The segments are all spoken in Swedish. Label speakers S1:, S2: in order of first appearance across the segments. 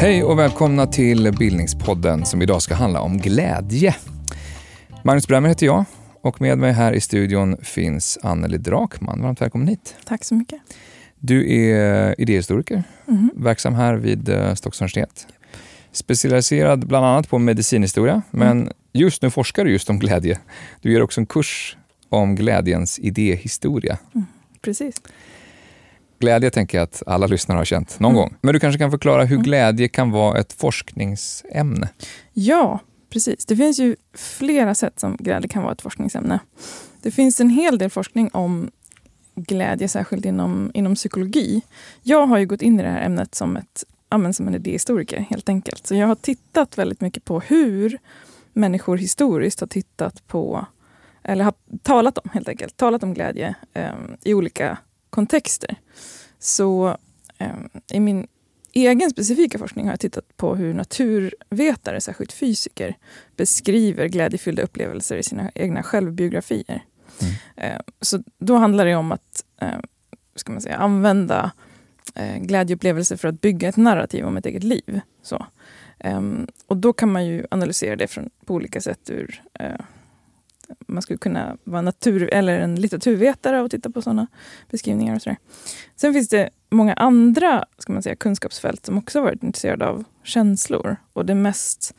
S1: Hej och välkomna till Bildningspodden som idag ska handla om glädje. Magnus Bremmer heter jag och med mig här i studion finns Anneli Drakman. Varmt välkommen hit.
S2: Tack så mycket.
S1: Du är idéhistoriker, verksam här vid Stockholms universitet. Specialiserad bland annat på medicinhistoria, men just nu forskar du just om glädje. Du ger också en kurs om glädjens idéhistoria.
S2: Precis.
S1: Glädje tänker jag att alla lyssnare har känt någon gång. Men du kanske kan förklara hur glädje kan vara ett forskningsämne.
S2: Ja, precis. Det finns ju flera sätt som glädje kan vara ett forskningsämne. Det finns en hel del forskning om glädje, särskilt inom psykologi. Jag har ju gått in i det här ämnet som en idéhistoriker helt enkelt. Så jag har tittat väldigt mycket på hur människor historiskt har tittat på, eller har talat om glädje i olika kontexter. Så i min egen specifika forskning har jag tittat på hur naturvetare, särskilt fysiker, beskriver glädjefyllda upplevelser i sina egna självbiografier. Så då handlar det om att använda glädjeupplevelser för att bygga ett narrativ om ett eget liv. Så. Och då kan man ju analysera det på olika sätt. Man skulle kunna vara en litteraturvetare och titta på sådana beskrivningar och sådär. Sen finns det många andra kunskapsfält som också har varit intresserade av känslor. Och det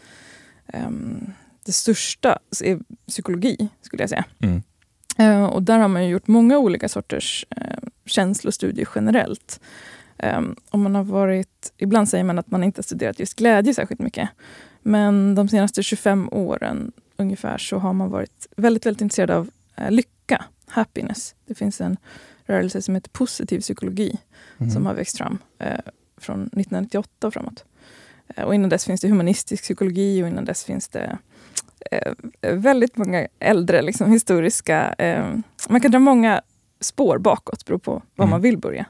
S2: största är psykologi, skulle jag säga. Och där har man ju gjort många olika sorters känslostudier generellt. Ibland säger man att man inte har studerat just glädje särskilt mycket. Men de senaste 25 åren ungefär så har man varit väldigt, väldigt intresserad av lycka, happiness. Det finns en rörelse som heter positiv psykologi som har växt fram från 1998 och framåt. Och innan dess finns det humanistisk psykologi och innan dess finns det väldigt många äldre historiska... man kan dra många spår bakåt, beror på var man vill börja.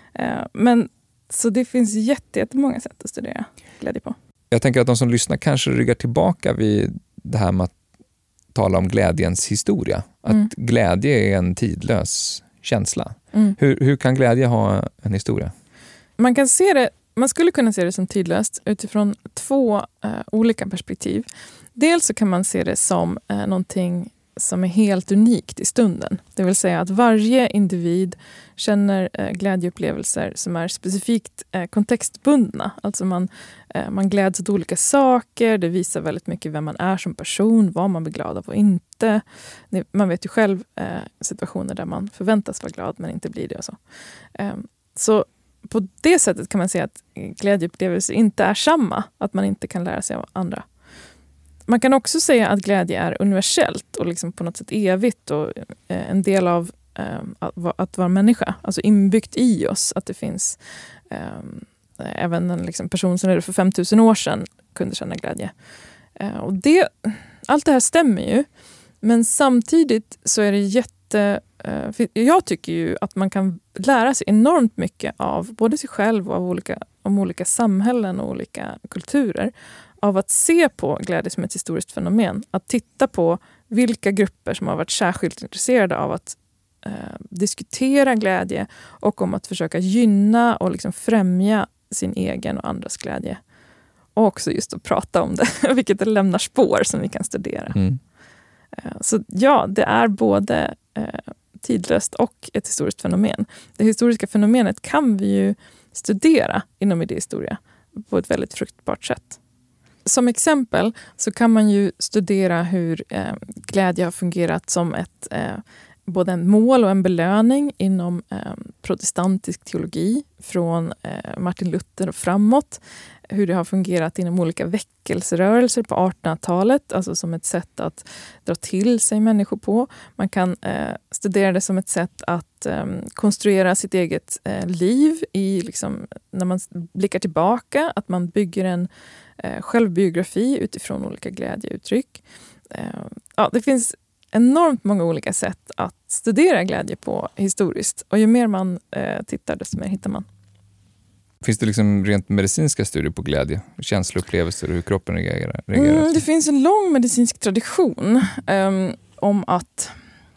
S2: Så det finns jättemånga sätt att studera glädje på.
S1: Jag tänker att de som lyssnar kanske ryggar tillbaka vid det här med att tala om glädjens historia. Att glädje är en tidlös känsla. Hur kan glädje ha en historia?
S2: Man skulle kunna se det som tidlöst utifrån två olika perspektiv. Dels så kan man se det som någonting som är helt unikt i stunden. Det vill säga att varje individ känner glädjeupplevelser som är specifikt kontextbundna. Alltså man gläds åt olika saker. Det visar väldigt mycket vem man är som person, vad man blir glad av och inte. Man vet ju själv situationer där man förväntas vara glad men inte blir det och så. Så på det sättet kan man säga att glädjeupplevelser inte är samma. Att man inte kan lära sig av andra. Man kan också säga att glädje är universellt och på något sätt evigt och en del av att vara människa. Alltså inbyggt i oss att det finns även en person som för 5000 år sedan kunde känna glädje. Och allt det här stämmer ju. Men samtidigt så är det jag tycker ju att man kan lära sig enormt mycket av både sig själv och om olika samhällen och olika kulturer. Av att se på glädje som ett historiskt fenomen. Att titta på vilka grupper som har varit särskilt intresserade av att diskutera glädje och om att försöka gynna och främja sin egen och andras glädje. Och också just att prata om det, vilket det lämnar spår som vi kan studera. Så ja, det är både tidlöst och ett historiskt fenomen. Det historiska fenomenet kan vi ju studera inom idéhistoria på ett väldigt fruktbart sätt. Som exempel så kan man ju studera hur glädje har fungerat som både en mål och en belöning inom protestantisk teologi från Martin Luther och framåt. Hur det har fungerat inom olika väckelserörelser på 1800-talet, alltså som ett sätt att dra till sig människor på. Man kan studera det som ett sätt att konstruera sitt eget liv när man blickar tillbaka, att man bygger en självbiografi utifrån olika glädjeuttryck. Det finns enormt många olika sätt att studera glädje på historiskt. Och ju mer man tittar, desto mer hittar man.
S1: Finns det rent medicinska studier på glädje? Känsloupplevelser och hur kroppen reagerar?
S2: Det finns en lång medicinsk tradition om att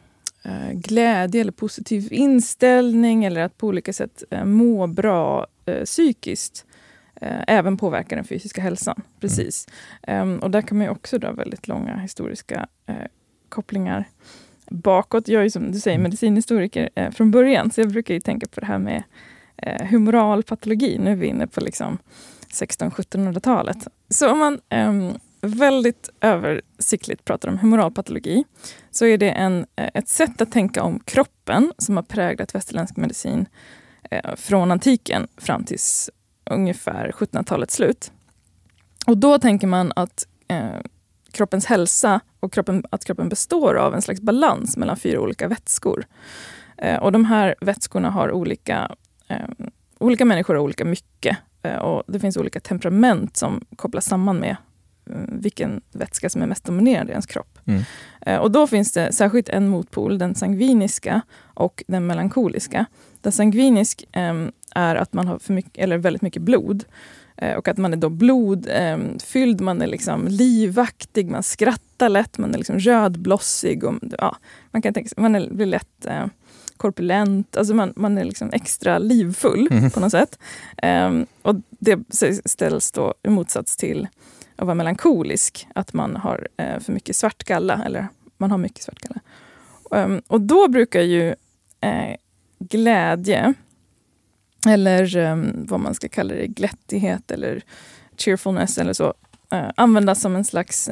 S2: glädje eller positiv inställning eller att på olika sätt må bra psykiskt även påverkar den fysiska hälsan. Precis. Och där kan man ju också dra väldigt långa historiska kopplingar bakåt. Jag är ju som du säger medicinhistoriker från början, så jag brukar ju tänka på det här med humoral patologi. Nu är vi inne på liksom 1600-1700-talet. Så om man väldigt översiktligt pratar om humoral patologi, så är det ett sätt att tänka om kroppen som har präglat västerländsk medicin från antiken fram till ungefär 1700-talets slut. Och då tänker man att kroppens hälsa och att kroppen består av en slags balans mellan 4 olika vätskor. Och de här vätskorna har olika människor har olika mycket. Och det finns olika temperament som kopplas samman med vilken vätska som är mest dominerande i ens kropp. Och då finns det särskilt en motpol, den sangviniska och den melankoliska. Den sangvinisk är att man har väldigt mycket blod. Och att man är då blodfylld, man är liksom livaktig, man skrattar lätt, man är liksom rödblossig. Och, man kan tänka sig, blir lätt korpulent, alltså man är liksom extra livfull på något sätt. Och det ställs då i motsats till att vara melankolisk, att man har för mycket svartgalla, eller man har mycket svartgalla. Och då brukar ju glädje, eller vad man ska kalla det, glättighet eller cheerfulness eller så, användas som en slags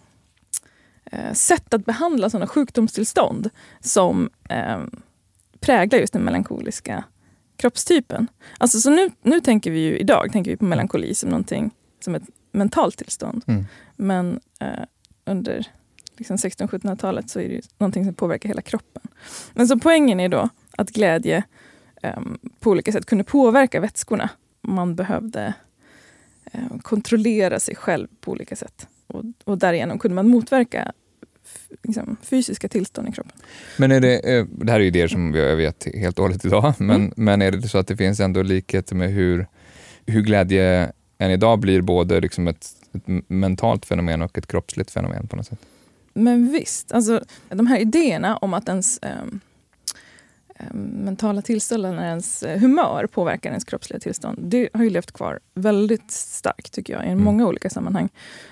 S2: sätt att behandla sådana sjukdomstillstånd som präglar just den melankoliska kroppstypen. Alltså så nu tänker vi på melankoli som någonting, som ett mentalt tillstånd. Men under liksom 1600-1700-talet så är det någonting som påverkar hela kroppen. Men så poängen är då att glädje på olika sätt kunde påverka vätskorna. Man behövde kontrollera sig själv på olika sätt. Och därigenom kunde man motverka liksom, fysiska tillstånd i kroppen. Men
S1: är det här är ju idéer som jag vet helt och hållet idag. Men är det så att det finns ändå likhet med hur glädje än idag blir både liksom ett mentalt fenomen och ett kroppsligt fenomen på något sätt? Men
S2: visst. Alltså, de här idéerna om att ens mentala tillstånd eller ens humör påverkar ens kroppsliga tillstånd, det har ju levt kvar väldigt starkt tycker jag i många olika sammanhang.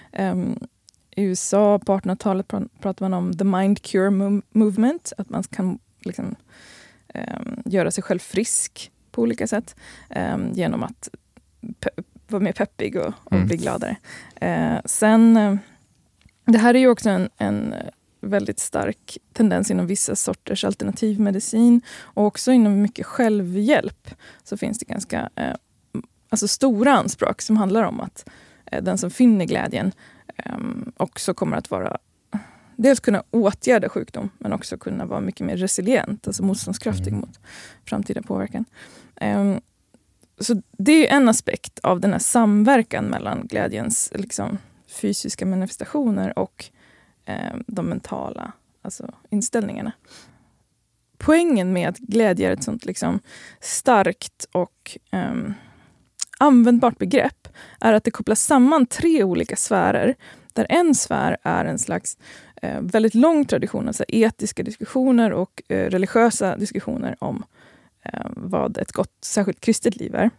S2: I USA på 1800-talet pratar man om the mind cure movement, att man kan liksom, göra sig själv frisk på olika sätt genom att vara mer peppig och bli gladare. Sen, det här är ju också en väldigt stark tendens inom vissa sorters alternativmedicin, och också inom mycket självhjälp så finns det ganska stora anspråk som handlar om att den som finner glädjen också kommer att vara dels kunna åtgärda sjukdom, men också kunna vara mycket mer resilient, alltså motståndskraftig mot framtida påverkan. Så det är en aspekt av den här samverkan mellan glädjens liksom, fysiska manifestationer och de mentala inställningarna. Poängen med att glädje är ett sånt liksom, starkt och användbart begrepp är att det kopplar samman 3 olika sfärer, där en sfär är en slags väldigt lång tradition, alltså etiska diskussioner och religiösa diskussioner om vad ett gott, särskilt kristet liv är.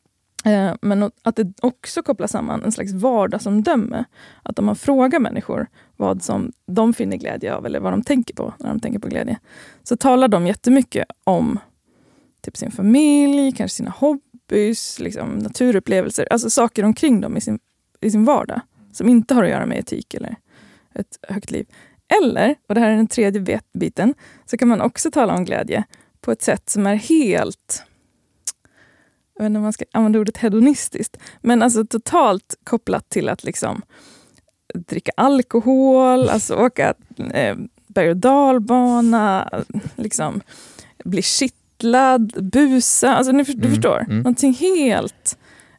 S2: Men att det också kopplar samman en slags vardagsomdöme. Att om man frågar människor vad som de finner glädje av eller vad de tänker på när de tänker på glädje, så talar de jättemycket om typ sin familj, kanske sina hobbys, liksom naturupplevelser, alltså saker omkring dem i sin vardag som inte har att göra med etik eller ett högt liv. Eller, och det här är den tredje biten, så kan man också tala om glädje på ett sätt som är helt, jag vet inte om man ska använda ordet hedonistiskt, men alltså totalt kopplat till att liksom dricka alkohol, alltså åka berg- och dalbana, liksom bli kittlad, busa, alltså du förstår, någonting helt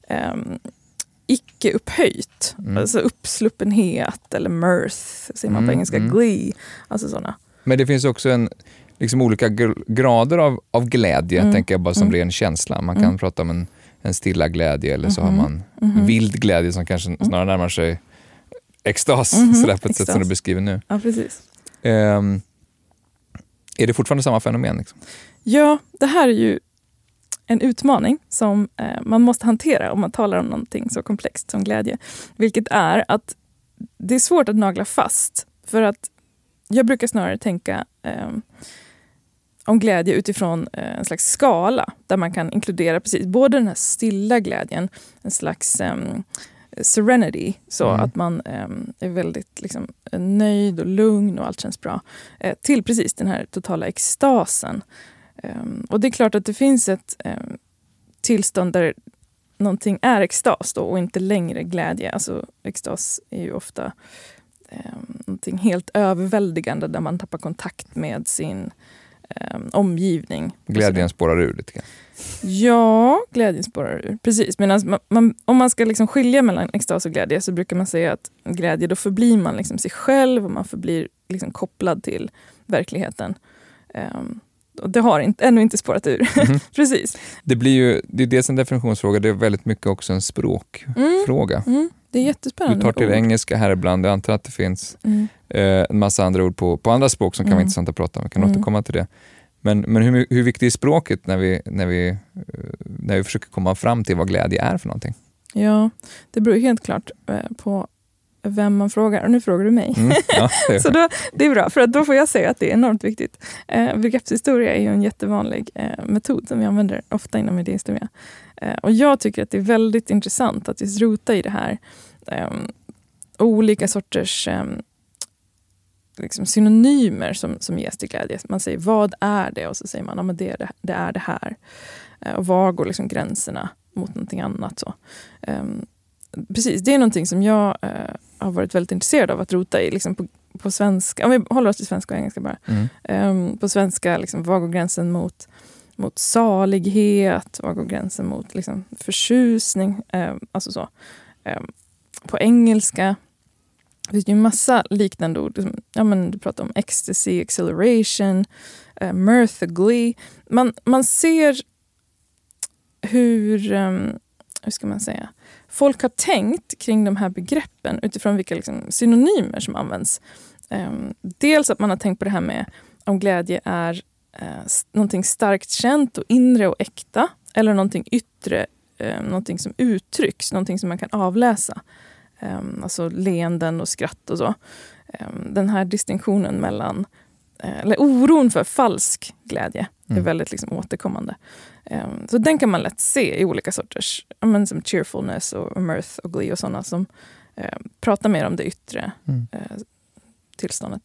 S2: icke upphöjt, alltså uppsluppenhet eller mirth, säger man på engelska, glee, alltså sådana.
S1: Men det finns också liksom olika grader av glädje, tänker jag, bara som blir en känsla. Man kan prata om en stilla glädje, eller så har man vild glädje som kanske snarare närmar sig extas, sådär på ett sätt som du beskriver nu.
S2: Ja, precis.
S1: Är det fortfarande samma fenomen? Liksom?
S2: Ja, det här är ju en utmaning som man måste hantera om man talar om någonting så komplext som glädje. Vilket är att det är svårt att nagla fast. För att jag brukar snarare tänka om glädje utifrån en slags skala. Där man kan inkludera precis både den här stilla glädjen, en slags serenity, så att man är väldigt liksom, nöjd och lugn och allt känns bra. Till precis den här totala extasen. Och det är klart att det finns ett tillstånd där någonting är extas då, och inte längre glädje. Alltså extas är ju ofta någonting helt överväldigande där man tappar kontakt med sin omgivning.
S1: Glädjen spårar ur lite grann.
S2: Ja, glädjen spårar ur. Precis. Men om man ska liksom skilja mellan extas och glädje så brukar man säga att glädje, då förblir man liksom sig själv och man förblir liksom kopplad till verkligheten. Och det har ännu inte spårat ur. Precis.
S1: Det är dels en definitionsfråga, det är väldigt mycket också en språkfråga.
S2: Det är jättespännande.
S1: Du tar till engelska här ibland, jag antar att det finns en massa andra ord på andra språk som kan vara intressant att prata om. Vi kan återkomma till det. Men hur viktigt är språket när vi försöker komma fram till vad glädje är för någonting?
S2: Ja, det beror helt klart på vem man frågar. Och nu frågar du mig. Så det är bra, för att då får jag säga att det är enormt viktigt. Begreppshistoria är ju en jättevanlig metod som vi använder ofta inom idéhistoria. Och jag tycker att det är väldigt intressant att just rota i det här olika sorters liksom synonymer som ges till glädje. Man säger, vad är det? Och så säger man, ja, det är det här. Och var går liksom gränserna mot någonting annat? Så. Precis, det är någonting som jag har varit väldigt intresserad av att rota i. Liksom på svenska, om vi håller oss till svenska och engelska bara. På svenska, liksom, var går gränsen mot salighet? Var går gränsen mot liksom, förtjusning? Alltså så. På engelska det finns ju en massa liknande ord. Ja, men du pratar om ecstasy, acceleration, mirth och glee. Man ser hur ska man säga, folk har tänkt kring de här begreppen utifrån vilka liksom synonymer som används. Dels att man har tänkt på det här med om glädje är någonting starkt känt och inre och äkta, eller någonting yttre, någonting som uttrycks, någonting som man kan avläsa. Alltså leenden och skratt och så. Den här distinktionen mellan eller oron för falsk glädje är väldigt liksom återkommande. Så den kan man lätt se i olika sorters, som cheerfulness och mirth och glee och sådana som pratar mer om det yttre tillståndet.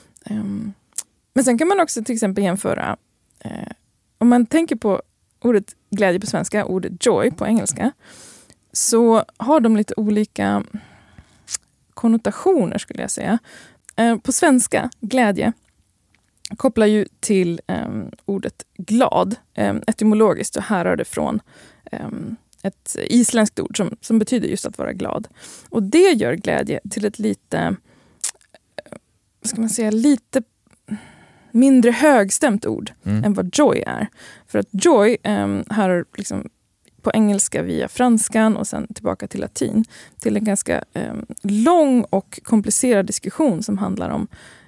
S2: Men sen kan man också till exempel jämföra, om man tänker på ordet glädje på svenska, ordet joy på engelska, så har de lite olika konnotationer skulle jag säga. På svenska, glädje kopplar ju till ordet glad. Etymologiskt så härrör det från ett isländskt ord som betyder just att vara glad. Och det gör glädje till ett lite, ska man säga, lite mindre högstämt ord än vad joy är. För att joy härrör liksom på engelska via franskan och sen tillbaka till latin till en ganska lång och komplicerad diskussion som handlar om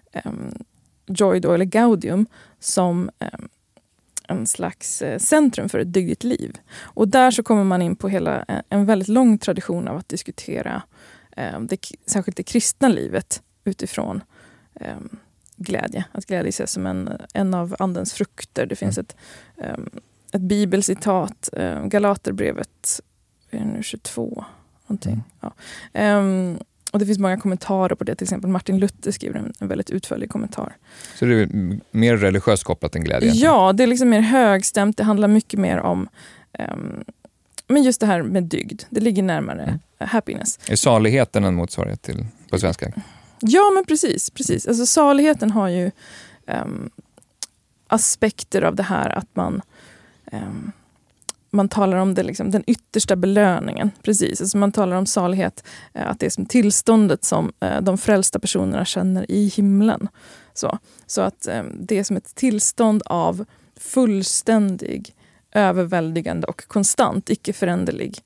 S2: joy då, eller gaudium, som en slags centrum för ett dygdigt liv. Och där så kommer man in på hela en väldigt lång tradition av att diskutera särskilt det kristna livet utifrån glädje. Att glädje ses som en av andens frukter. Det finns ett bibelcitat, Galaterbrevet 22 någonting. Ja. Och det finns många kommentarer på det. Till exempel Martin Luther skriver en väldigt utförlig kommentar.
S1: Så det är mer religiöst kopplat än glädje?
S2: Ja, det är liksom mer högstämt. Det handlar mycket mer om men just det här med dygd. Det ligger närmare happiness.
S1: Är saligheten en motsvarighet till på svenska?
S2: Ja, men precis. Alltså saligheten har ju aspekter av det här att man talar om det, liksom, den yttersta belöningen. Precis. Alltså man talar om salighet, att det är som tillståndet som de frälsta personerna känner i himlen. Så att det är som ett tillstånd av fullständig, överväldigande och konstant, icke-föränderlig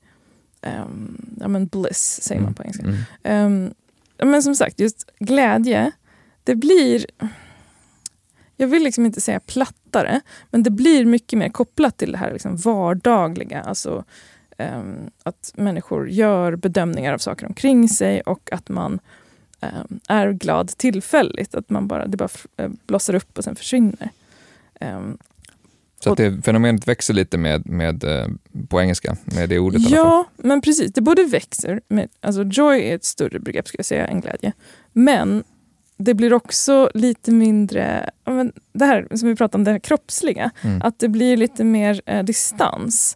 S2: bliss, säger man på engelska. Men som sagt, just glädje, det blir... jag vill liksom inte säga plattare, men det blir mycket mer kopplat till det här liksom vardagliga. Alltså att människor gör bedömningar av saker omkring sig och att man är glad tillfälligt. Att det bara blossar upp och sen försvinner.
S1: Så att fenomenet växer lite med på engelska, med det ordet i alla fall.
S2: Ja, men precis. Det både växer. Alltså joy är ett större begrepp, ska jag säga, än glädje. Men det blir också lite mindre, det här som vi pratade om, det här kroppsliga. Att det blir lite mer distans.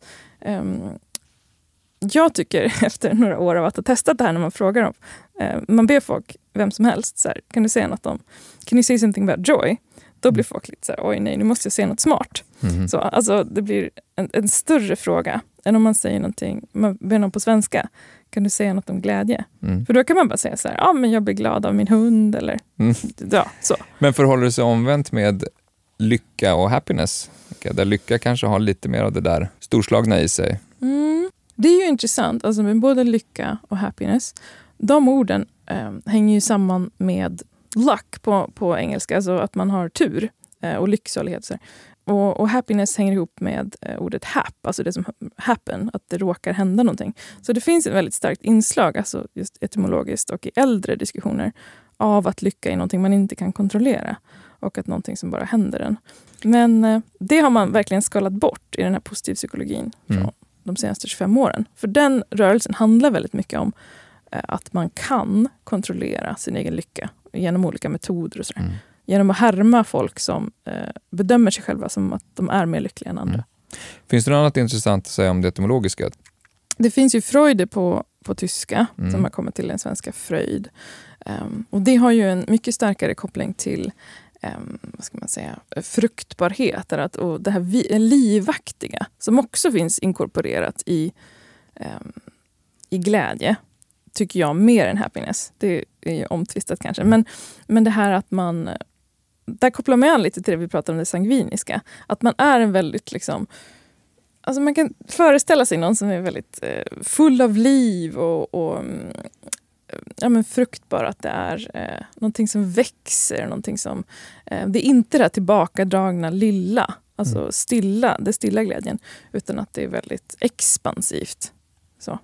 S2: Jag tycker efter några år av att ha testat det här, när man frågar om, man ber folk, vem som helst, så här, kan du säga något om, can you say something about joy? Då blir folk lite så här, oj nej, nu måste jag säga något smart. Så, alltså, det blir en större fråga än om man säger någonting, man ber någon på svenska, kan du säga något om glädje? För då kan man bara säga så här, men jag blir glad av min hund, eller ja, så.
S1: Men förhåller det sig omvänt med lycka och happiness? Där lycka kanske har lite mer av det där storslagna i sig.
S2: Det är ju intressant, alltså med både lycka och happiness. De orden hänger ju samman med luck på engelska, alltså att man har tur och lycksalighet. Så och happiness hänger ihop med ordet hap, alltså det som happen, att det råkar hända någonting. Så det finns ett väldigt starkt inslag, alltså just etymologiskt och i äldre diskussioner, av att lycka är någonting man inte kan kontrollera och att någonting som bara händer en. Men det har man verkligen skalat bort i den här positivpsykologin från de senaste 25 åren. För den rörelsen handlar väldigt mycket om att man kan kontrollera sin egen lycka genom olika metoder och sådär. Genom att härma folk som bedömer sig själva som att de är mer lyckliga än andra.
S1: Finns det något annat intressant att säga om det etymologiska?
S2: Det finns ju Freude på tyska som har kommit till den svenska Freud. Och det har ju en mycket starkare koppling till vad ska man säga, fruktbarhet och det här livaktiga som också finns inkorporerat i glädje, tycker jag, mer än happiness. Det är ju omtvistat kanske. Men det här att man, där kopplar man an lite till det vi pratade om, det sangviniska. Att man är en väldigt liksom, alltså man kan föreställa sig någon som är väldigt full av liv och fruktbar, att det är någonting som växer, någonting som, det är inte det här tillbakadragna lilla, alltså det stilla glädjen, utan att det är väldigt expansivt. Så.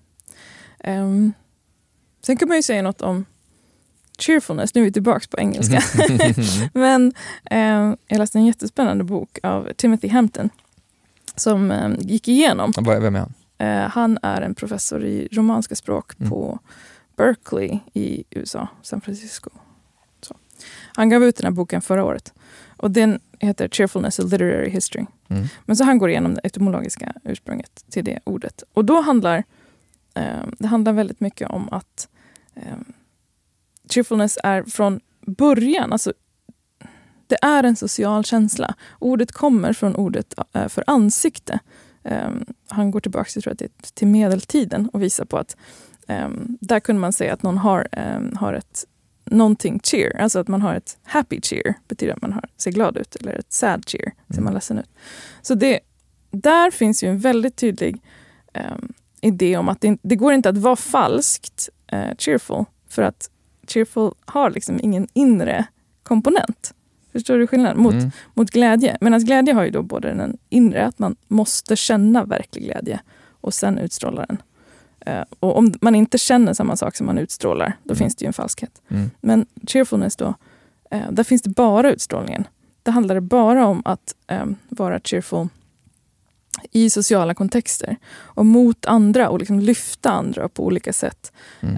S2: Sen kan man ju säga något om cheerfulness, nu är vi tillbaka på engelska. Men jag läste en jättespännande bok av Timothy Hampton som gick igenom.
S1: Vem är han?
S2: Han är en professor i romanska språk på Berkeley i USA, San Francisco. Så. Han gav ut den här boken förra året. Och den heter Cheerfulness, a Literary History. Men så han går igenom det etymologiska ursprunget till det ordet. Och då handlar det handlar väldigt mycket om att cheerfulness är från början, alltså det är en social känsla. Ordet kommer från ordet för ansikte. Han går tillbaka till medeltiden och visar på att där kunde man säga att någon har ett någonting cheer, alltså att man har ett happy cheer, betyder att man ser glad ut, eller ett sad cheer, ser man ledsen ut. Så där finns ju en väldigt tydlig idé om att det går inte att vara falskt cheerful, för att cheerful har liksom ingen inre komponent. Förstår du skillnaden? Mot glädje. Medan glädje har ju då både den inre, att man måste känna verklig glädje och sen utstråla den. Och om man inte känner samma sak som man utstrålar, då finns det ju en falskhet. Men cheerfulness då, där finns det bara utstrålningen. Det handlar bara om att vara cheerful i sociala kontexter och mot andra och liksom lyfta andra på olika sätt.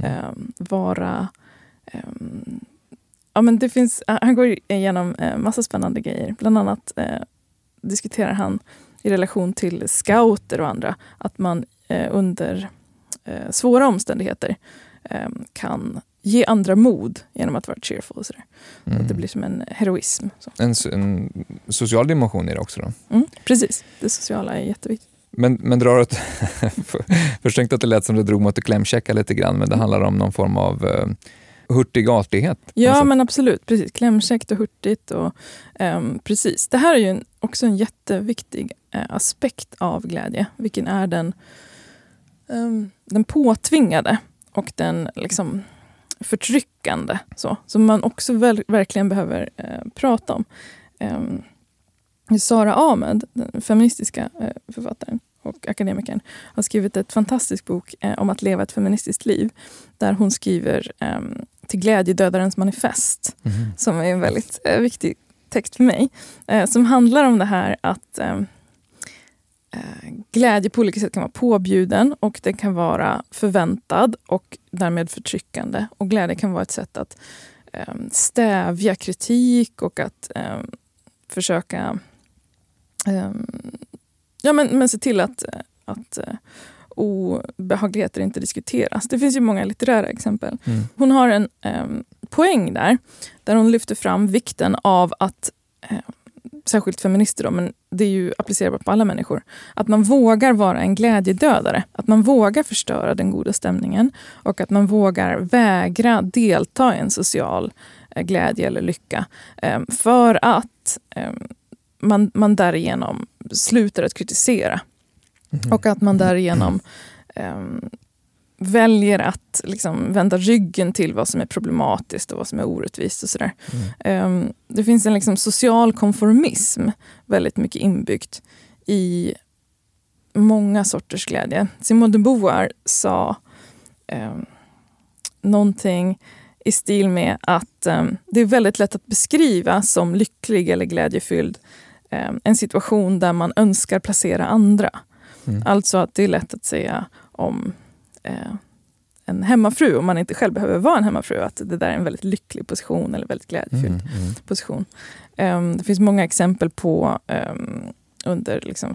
S2: Men det finns, han går igenom massa spännande grejer. Bland annat diskuterar han i relation till scouter och andra att man under svåra omständigheter kan ge andra mod genom att vara cheerful och sådär. Att det blir som en heroism. Så.
S1: En social dimension är det också då?
S2: Precis, det sociala är jätteviktigt.
S1: Men drar det först tänkte att det lät som det drog mot att klämchecka lite grann, men det handlar om någon form av hurtig artighet.
S2: Ja, men absolut, precis. Klämkäckt och hurtigt och precis. Det här är ju också en jätteviktig aspekt av glädje. Vilken är den påtvingade och den liksom förtryckande, så som man också verkligen behöver prata om. Sara Ahmed, den feministiska författaren och akademikern, har skrivit ett fantastisk bok om att leva ett feministiskt liv. Där hon skriver till glädjedödarens manifest. Som är en väldigt viktig text för mig. Som handlar om det här att glädje på olika sätt kan vara påbjuden och det kan vara förväntad och därmed förtryckande. Och glädje kan vara ett sätt att stävja kritik och att försöka men se till att obehagligheter inte diskuteras. Det finns ju många litterära exempel. Hon har en poäng där hon lyfter fram vikten av att särskilt feminister då, men det är ju applicerbart på alla människor, att man vågar vara en glädjedödare, att man vågar förstöra den goda stämningen och att man vågar vägra delta i en social glädje eller lycka för att man därigenom slutar att kritisera och att man därigenom väljer att liksom vända ryggen till vad som är problematiskt och vad som är orättvist och sådär. Det finns en liksom social konformism väldigt mycket inbyggt i många sorters glädje. Simone de Beauvoir sa någonting i stil med att det är väldigt lätt att beskriva som lycklig eller glädjefylld en situation där man önskar placera andra. Alltså att det är lätt att säga om en hemmafru, om man inte själv behöver vara en hemmafru, att det där är en väldigt lycklig position eller väldigt glädjefylld position. Det finns många exempel på under liksom,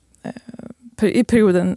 S2: i perioden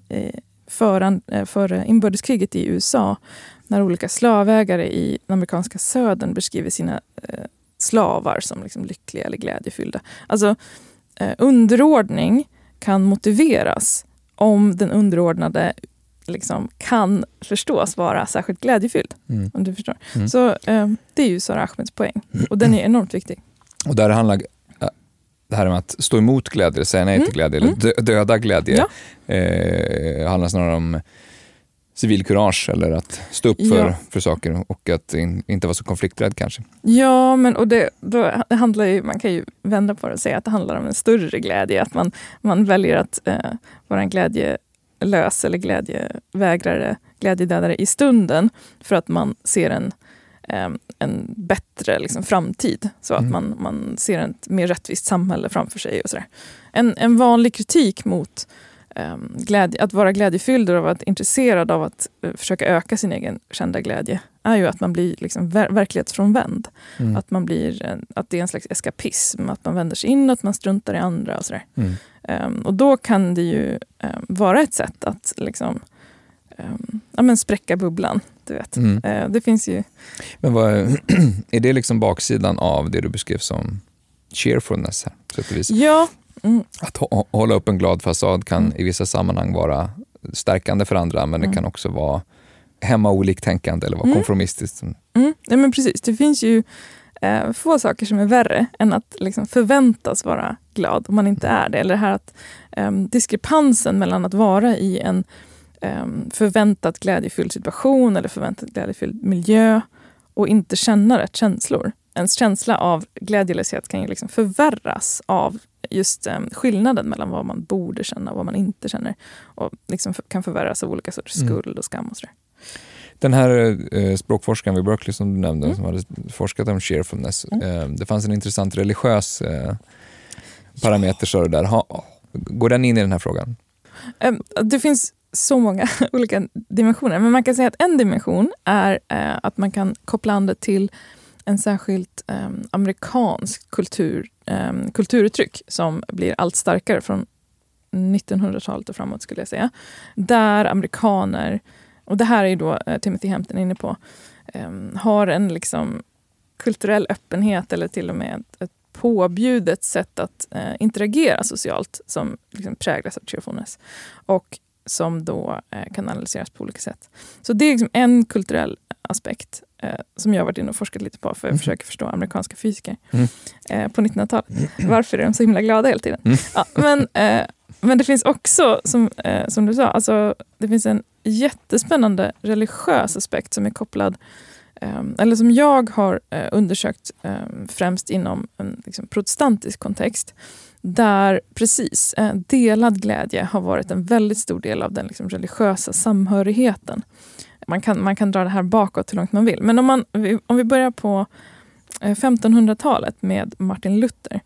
S2: före inbördeskriget i USA, när olika slavägare i den amerikanska södern beskriver sina slavar som liksom lyckliga eller glädjefyllda. Alltså underordning kan motiveras om den underordnade liksom kan förstås vara särskilt glädjefylld. Om du förstår. Så det är ju Sara Ahmeds poäng. Och den är enormt viktig.
S1: Och där handlar det här om att stå emot glädje, säga nej till glädje eller döda glädje. Handlar snarare om civilkurage eller att stå upp för saker och att inte vara så konflikträdd kanske. Ja, men och det handlar ju, man kan ju vända på det och säga att det handlar om en större glädje, att man väljer att vara en glädjelös eller glädjevägrare, glädjedödare i stunden för att man ser en bättre liksom framtid, så att man ser ett mer rättvist samhälle framför sig och sådär. En vanlig kritik mot att vara glädjefylld och att vara intresserad av att försöka öka sin egen kända glädje är ju att man blir liksom verklighetsfrånvänd. Att att det är en slags eskapism, att man vänder sig in, att man struntar i andra och sådär. Och då kan det ju vara ett sätt att liksom spräcka bubblan, du vet. Det finns ju. Men är det liksom baksidan av det du beskrev som cheerfulness här, så att det visar? Ja. Att hålla upp en glad fasad kan i vissa sammanhang vara stärkande för andra, men det kan också vara hemma oliktänkande eller vara konformistiskt. Ja, men precis. Det finns ju få saker som är värre än att liksom förväntas vara glad om man inte är det. Eller det här att diskrepansen mellan att vara i en förväntat glädjefylld situation eller förväntat glädjefylld miljö och inte känna rätt känslor. Ens känsla av glädjelöshet kan ju liksom förvärras av just skillnaden mellan vad man borde känna och vad man inte känner. Och liksom kan förvärras av olika sorters skuld och skam och sådär. Den här språkforskaren vid Berkeley som du nämnde, som hade forskat om cheerfulness, det fanns en intressant religiös parameter så där. Går den in i den här frågan? Det finns så många olika dimensioner, men man kan säga att en dimension är att man kan koppla an det till en särskilt amerikansk kulturuttryck som blir allt starkare från 1900-talet och framåt, skulle jag säga. Där amerikaner, och det här är ju då Timothy Hampton inne på, har en liksom kulturell öppenhet eller till och med ett påbjudet sätt att interagera socialt som liksom präglas av cheerfulness och som då kan analyseras på olika sätt. Så det är liksom en kulturell aspekt som jag har varit inne och forskat lite på, för jag försöker förstå amerikanska fysiker på 1900-talet. Varför är de så himla glada hela tiden? Ja, men det finns också, som du sa, alltså, det finns en jättespännande religiös aspekt som är kopplad
S2: eller som jag har undersökt främst inom en liksom, protestantisk kontext, där precis delad glädje har varit en väldigt stor del av den liksom, religiösa samhörigheten. Man kan dra det här bakåt hur långt man vill. Men om vi börjar på 1500-talet med Martin Luther.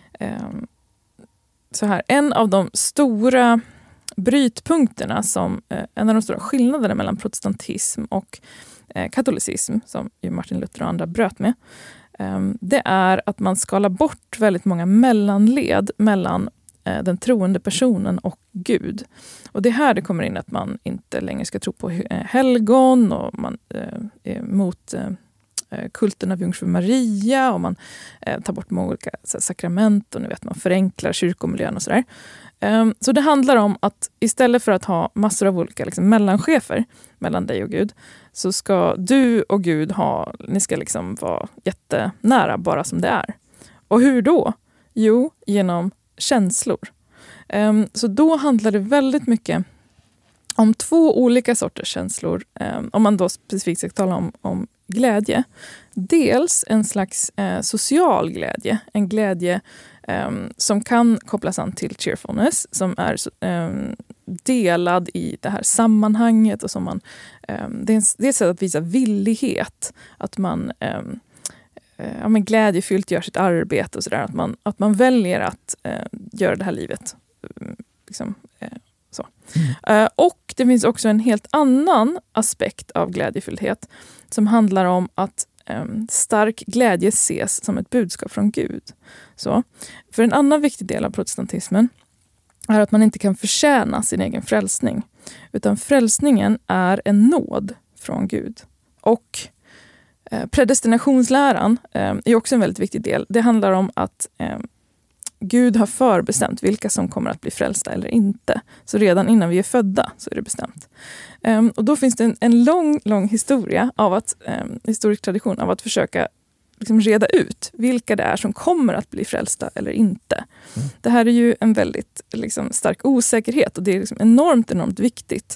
S2: Så här, en av de stora brytpunkterna, en av de stora skillnaderna mellan protestantism och katolicism, som ju Martin Luther och andra bröt med, det är att man skalar bort väldigt många mellanled mellan den troende personen och Gud. Och det är här det kommer in att man inte längre ska tro på helgon, och man är emot kulten av Jungfru Maria, och man tar bort många olika sakrament, och man förenklar kyrkomiljön och sådär. Så det handlar om att istället för att ha massor av olika liksom, mellanchefer mellan dig och Gud, så ska du och Gud ni ska liksom vara jättenära bara som det är. Och hur då? Jo, genom känslor. Så då handlar det väldigt mycket om 2 olika sorters känslor. Om man då specifikt ska tala om glädje. Dels en slags social glädje. En glädje som kan kopplas an till cheerfulness, som är delad i det här sammanhanget, och som det är ett sätt att visa villighet, att man glädjefyllt gör sitt arbete och sådär, att man väljer att göra det här livet liksom, så. Och det finns också en helt annan aspekt av glädjefylldhet, som handlar om att stark glädje ses som ett budskap från Gud. Så. För en annan viktig del av protestantismen är att man inte kan förtjäna sin egen frälsning. Utan frälsningen är en nåd från Gud. Och predestinationsläran är också en väldigt viktig del. Det handlar om att Gud har förbestämt vilka som kommer att bli frälsta eller inte. Så redan innan vi är födda så är det bestämt. Och då finns det en lång historia av historisk tradition av att försöka liksom reda ut vilka det är som kommer att bli frälsta eller inte. Det här är ju en väldigt liksom, stark osäkerhet, och det är liksom enormt viktigt.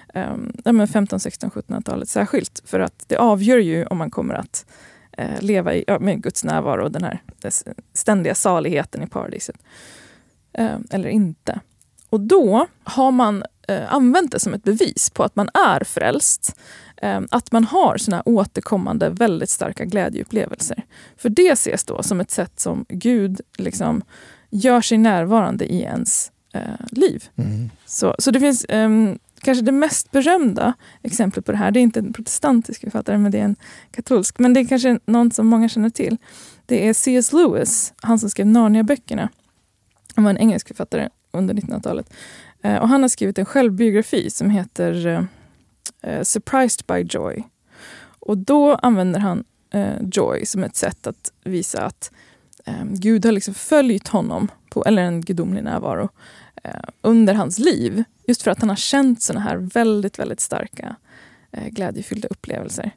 S2: 15, 16, 1700-talet särskilt, för att det avgör ju om man kommer att leva med Guds närvaro och den här ständiga saligheten i paradiset eller inte. Och då har man använt det som ett bevis på att man är frälst, att man har såna återkommande väldigt starka glädjeupplevelser. För det ses då som ett sätt som Gud liksom gör sig närvarande i ens liv. Så det finns kanske det mest berömda exemplet på det här. Det är inte en protestantisk författare, men det är en katolsk. Men det är kanske någon som många känner till. Det är C.S. Lewis, han som skrev Narnia-böckerna. Han var en engelsk författare under 1900-talet. Och han har skrivit en självbiografi som heter Surprised by Joy. Och då använder han joy som ett sätt att visa att Gud har liksom följt honom eller en gudomlig närvaro under hans liv. Just för att han har känt såna här väldigt, väldigt starka glädjefyllda upplevelser.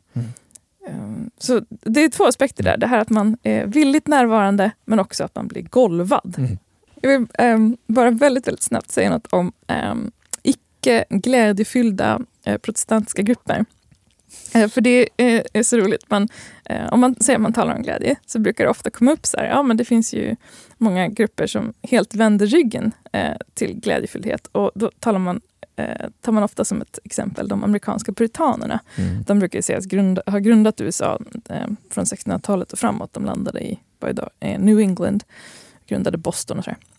S2: Så det är 2 aspekter där. Det här att man är villigt närvarande, men också att man blir golvad. Jag vill bara väldigt, väldigt snabbt säga något om icke glädjefyllda protestantiska grupper. För det är så roligt. Om man säger att man talar om glädje, så brukar det ofta komma upp så här. Ja, men det finns ju många grupper som helt vänder ryggen till glädjefylldhet. Och då tar man ofta som ett exempel de amerikanska puritanerna. De brukar sägas ha grundat USA från 1600-talet och framåt. De landade i New England, grundade Boston och så här.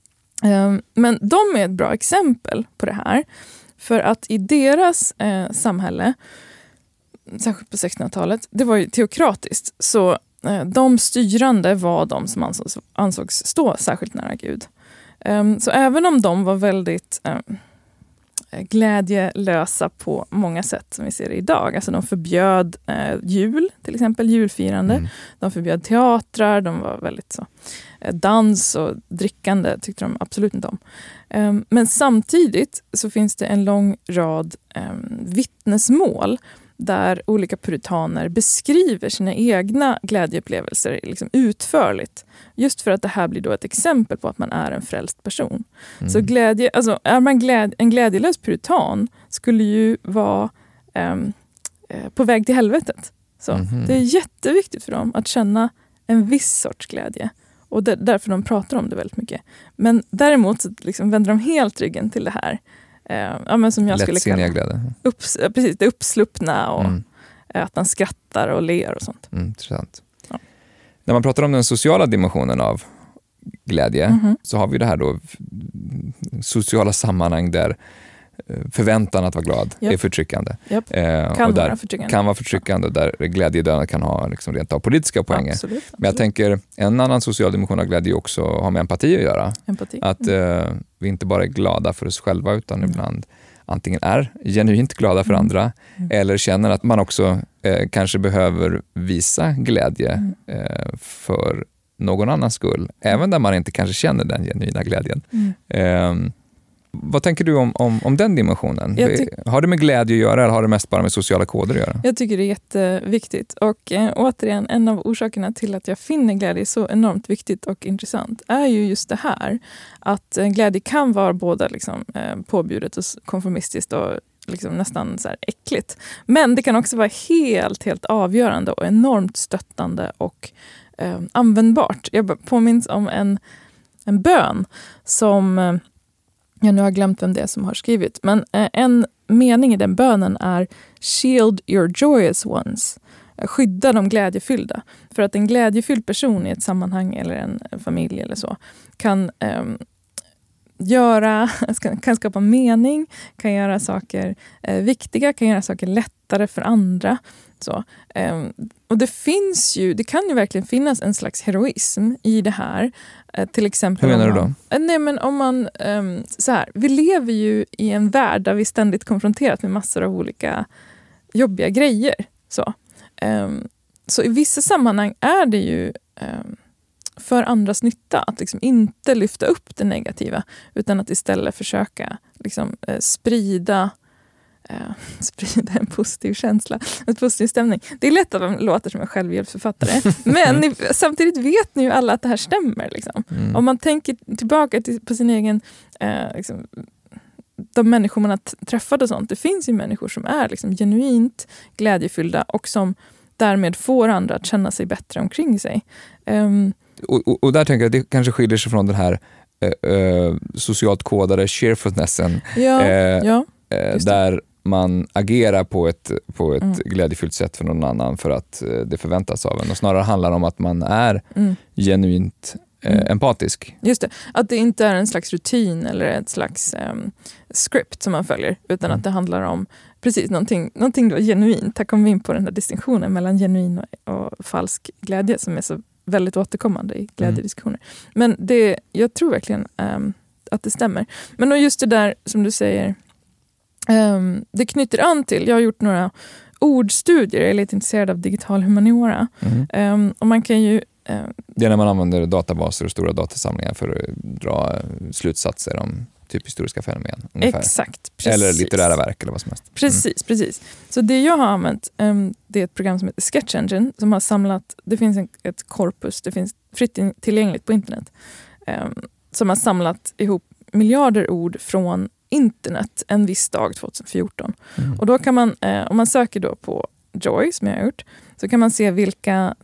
S2: Men de är ett bra exempel på det här. För att i deras samhälle, särskilt på 1600-talet, det var ju teokratiskt. Så de styrande var de som ansågs stå särskilt nära Gud. Så även om de var väldigt glädjelösa på många sätt som vi ser det idag. Alltså de förbjöd jul, till exempel julfirande. De förbjöd teatrar, de var väldigt så. Dans och drickande tyckte de absolut inte om. Men samtidigt så finns det en lång rad vittnesmål där olika puritaner beskriver sina egna glädjeupplevelser liksom utförligt. Just för att det här blir då ett exempel på att man är en frälst person. Så glädje, alltså är man en glädjelös puritan skulle ju vara på väg till helvetet. Så, det är jätteviktigt för dem att känna en viss sorts glädje. Och därför de pratar om det väldigt mycket. Men däremot så liksom vänder de helt ryggen till det här. Men som jag skulle kalla
S1: glädje.
S2: Precis, det uppsluppna och att man skrattar och ler och sånt.
S1: Intressant. Ja. När man pratar om den sociala dimensionen av glädje så har vi det här då sociala sammanhang där förväntan att vara glad är förtryckande. Kan vara förtryckande där glädjedöden kan ha liksom rent av politiska poänger.
S2: Absolut.
S1: Men jag tänker en annan social dimension av glädje också har med empati att göra. Att vi inte bara är glada för oss själva utan ibland antingen är genuint glada för andra eller känner att man också kanske behöver visa glädje för någon annans skull. Även där man inte kanske känner den genuina glädjen. Vad tänker du om den dimensionen? Har det med glädje att göra eller har det mest bara med sociala koder att göra?
S2: Jag tycker det är jätteviktigt. Och återigen, en av orsakerna till att jag finner glädje så enormt viktigt och intressant är ju just det här. Att glädje kan vara både liksom, påbjudet och konformistiskt och liksom nästan så här äckligt. Men det kan också vara helt avgörande och enormt stöttande och användbart. Jag påminns om en bön som... Jag nu har glömt vem det är som har skrivit. Men en mening i den bönen är shield your joyous ones. Skydda de glädjefyllda. För att en glädjefylld person i ett sammanhang eller en familj eller så kan kan skapa mening, kan göra saker viktiga, kan göra saker lättare för andra. Så. Och det kan ju verkligen finnas en slags heroism i det här. Till exempel.
S1: Hur menar du då?
S2: Nej, men om man så här, vi lever ju i en värld där vi ständigt konfronteras med massor av olika jobbiga grejer. Så i vissa sammanhang är det ju för andras nytta att liksom inte lyfta upp det negativa utan att istället försöka liksom, sprida en positiv känsla, en positiv stämning. Det är lätt att man låter som en självhjälpsförfattare. Men samtidigt vet ni ju alla att det här stämmer. Liksom. Om man tänker tillbaka på sin egen liksom, de människor man har träffat och sånt. Det finns ju människor som är liksom, genuint glädjefyllda och som därmed får andra att känna sig bättre omkring sig.
S1: Och där tänker jag att det kanske skiljer sig från den här socialt kodade cheerfulnessen. Där man agerar på ett glädjefyllt sätt för någon annan för att det förväntas av en. Och snarare handlar om att man är genuint empatisk.
S2: Just det, att det inte är en slags rutin eller ett slags script som man följer, utan att det handlar om precis någonting då genuint. Här kommer vi in på den här distinktionen mellan genuin och falsk glädje som är så väldigt återkommande i glädjediskussioner. Men jag tror verkligen att det stämmer. Men då just det där som du säger, det knyter an till, jag har gjort några ordstudier, jag är lite intresserad av digital humaniora. Och man kan ju
S1: det är när man använder databaser och stora datasamlingar för att dra slutsatser om typ historiska fenomen. Ungefär.
S2: Exakt. Precis.
S1: Eller litterära verk eller vad som helst.
S2: Precis. Så det jag har använt, det är ett program som heter Sketch Engine som har samlat, det finns ett korpus, det finns fritt tillgängligt på internet, som har samlat ihop miljarder ord från internet en viss dag 2014. Och då kan man, om man söker då på joy som jag har gjort, så kan man se vilka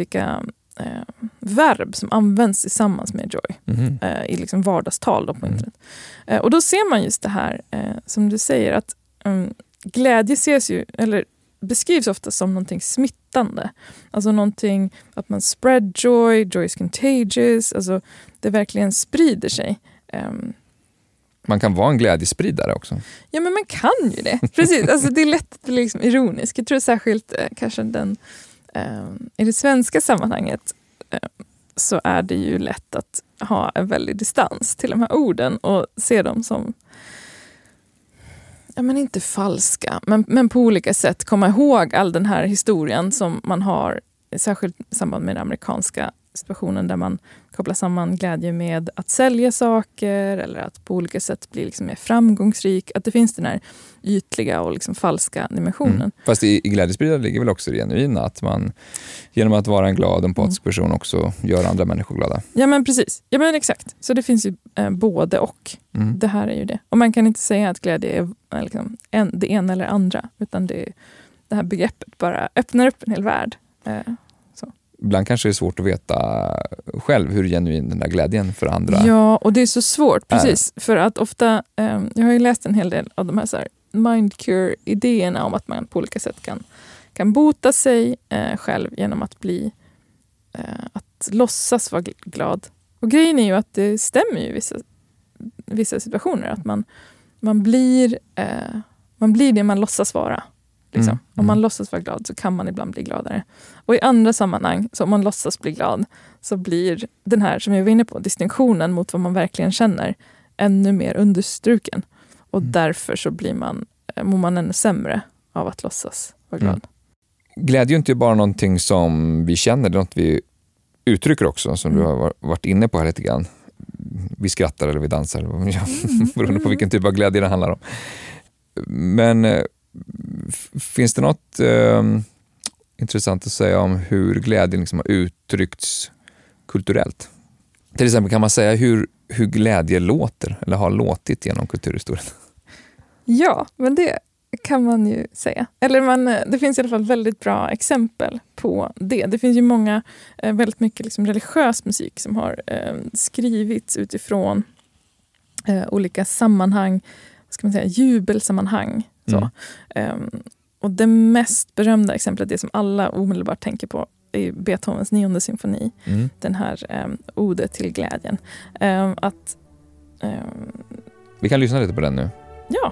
S2: verb som används tillsammans med joy i liksom vardagstal då på internet. Och då ser man just det här som du säger att glädje ses ju, eller beskrivs ofta som någonting smittande. Alltså någonting att man spread joy is contagious, alltså det verkligen sprider sig.
S1: Man kan vara en glädjespridare också. Ja,
S2: men man kan ju det. Precis, alltså det är lätt att bli liksom ironisk. Jag tror särskilt kanske i det svenska sammanhanget så är det ju lätt att ha en väldig distans till de här orden och se dem som inte falska, men på olika sätt komma ihåg all den här historien som man har, särskilt i samband med den amerikanska situationen där man kopplar samman glädje med att sälja saker eller att på olika sätt bli liksom mer framgångsrik. Att det finns den här ytliga och liksom falska dimensionen.
S1: Fast i glädjespridare ligger väl också det genuina, att man genom att vara en glad, empatisk person också gör andra människor glada.
S2: Ja, men precis. Ja, men exakt. Så det finns ju både och. Det här är ju det. Och man kan inte säga att glädje är liksom det ena eller andra, utan det det här begreppet bara öppnar upp en hel värld.
S1: Ibland kanske det är svårt att veta själv hur genuin den där glädjen för andra.
S2: Ja, och det är så svårt, precis. För att ofta, jag har ju läst en hel del av de här, mindcure-idéerna om att man på olika sätt kan bota sig själv genom att att låtsas vara glad. Och grejen är ju att det stämmer ju i vissa situationer, att man blir det man låtsas vara. Liksom. Om man låtsas vara glad så kan man ibland bli gladare. Och i andra sammanhang, så om man låtsas bli glad, så blir den här, som jag var inne på, distinktionen mot vad man verkligen känner ännu mer understruken. Och därför så mår man ännu sämre av att låtsas vara glad.
S1: Glädje är inte bara någonting som vi känner, det är något vi uttrycker också, som du har varit inne på här lite grann. Vi skrattar eller vi dansar, beroende på vilken typ av glädje det handlar om. Men finns det något intressant att säga om hur glädjen liksom har uttryckts kulturellt? Till exempel kan man säga hur glädje låter eller har låtit genom kulturhistorien?
S2: Ja, men det kan man ju säga. Eller det finns i alla fall väldigt bra exempel på det. Det finns ju väldigt mycket liksom religiös musik som har skrivits utifrån olika sammanhang, vad ska man säga, jubelsammanhang. Så. Och det mest berömda exemplet, det som alla omedelbart tänker på, är Beethovens 9:e symfoni. Den här ode till glädjen.
S1: Vi kan lyssna lite på den nu.
S2: Ja.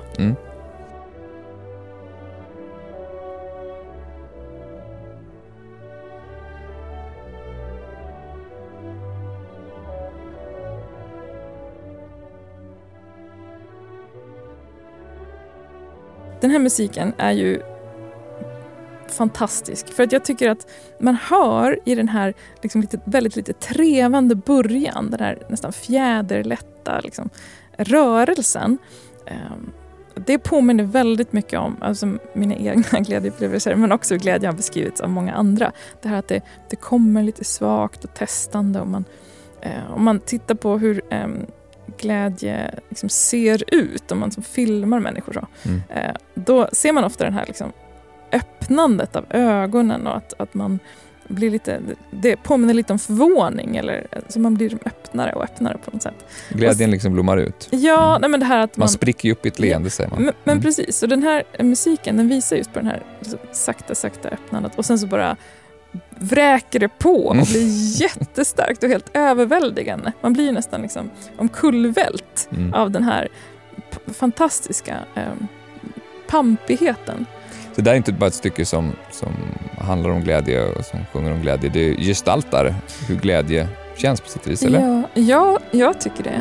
S2: Den här musiken är ju fantastisk. För att jag tycker att man hör i den här liksom väldigt lite trevande början, den här nästan fjäderlätta liksom, rörelsen. Det påminner väldigt mycket om mina egna glädjeupplevelser, men också glädje har beskrivits av många andra. Det här att det kommer lite svagt och testande. Om man tittar på hur glädje liksom ser ut, om man som filmar människor så, då ser man ofta den här liksom öppnandet av ögonen, och att man blir lite, det påminner lite om förvåning, eller så man blir öppnare och öppnare på något sätt.
S1: Glädjen liksom blommar ut.
S2: Ja, nej, men det här att
S1: man spricker ju upp i ett leende, säger man.
S2: Men precis, och den här musiken, den visar just på den här sakta öppnandet, och sen så bara vräker det på och blir jättestarkt och helt överväldigande. Man blir nästan liksom omkullvält av den här fantastiska pampigheten.
S1: Det där är inte bara ett stycke som handlar om glädje och som sjunger om glädje. Det gestaltar hur glädje känns på sitt vis, eller?
S2: Ja, jag tycker det.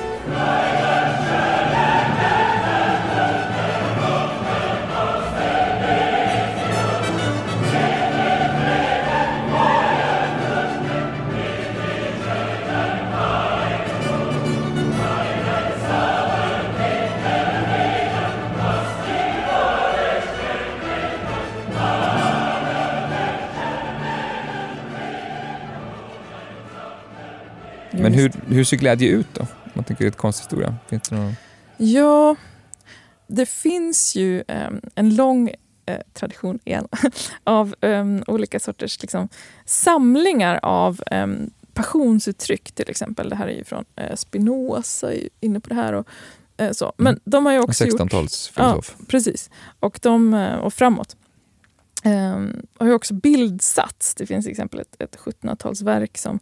S1: Men hur ser glädje ut då? Man tänker ett konsthistoria. Finns det någon?
S2: Ja, det finns ju en lång tradition igen av olika sorters liksom, samlingar av passionsuttryck till exempel. Det här är ju från Spinoza inne på det här och så. Men de har ju också
S1: 1600-talsfilosof.
S2: Ja, precis. Och och framåt. Har ju också bildsats. Det finns till exempel ett 1700-talsverk som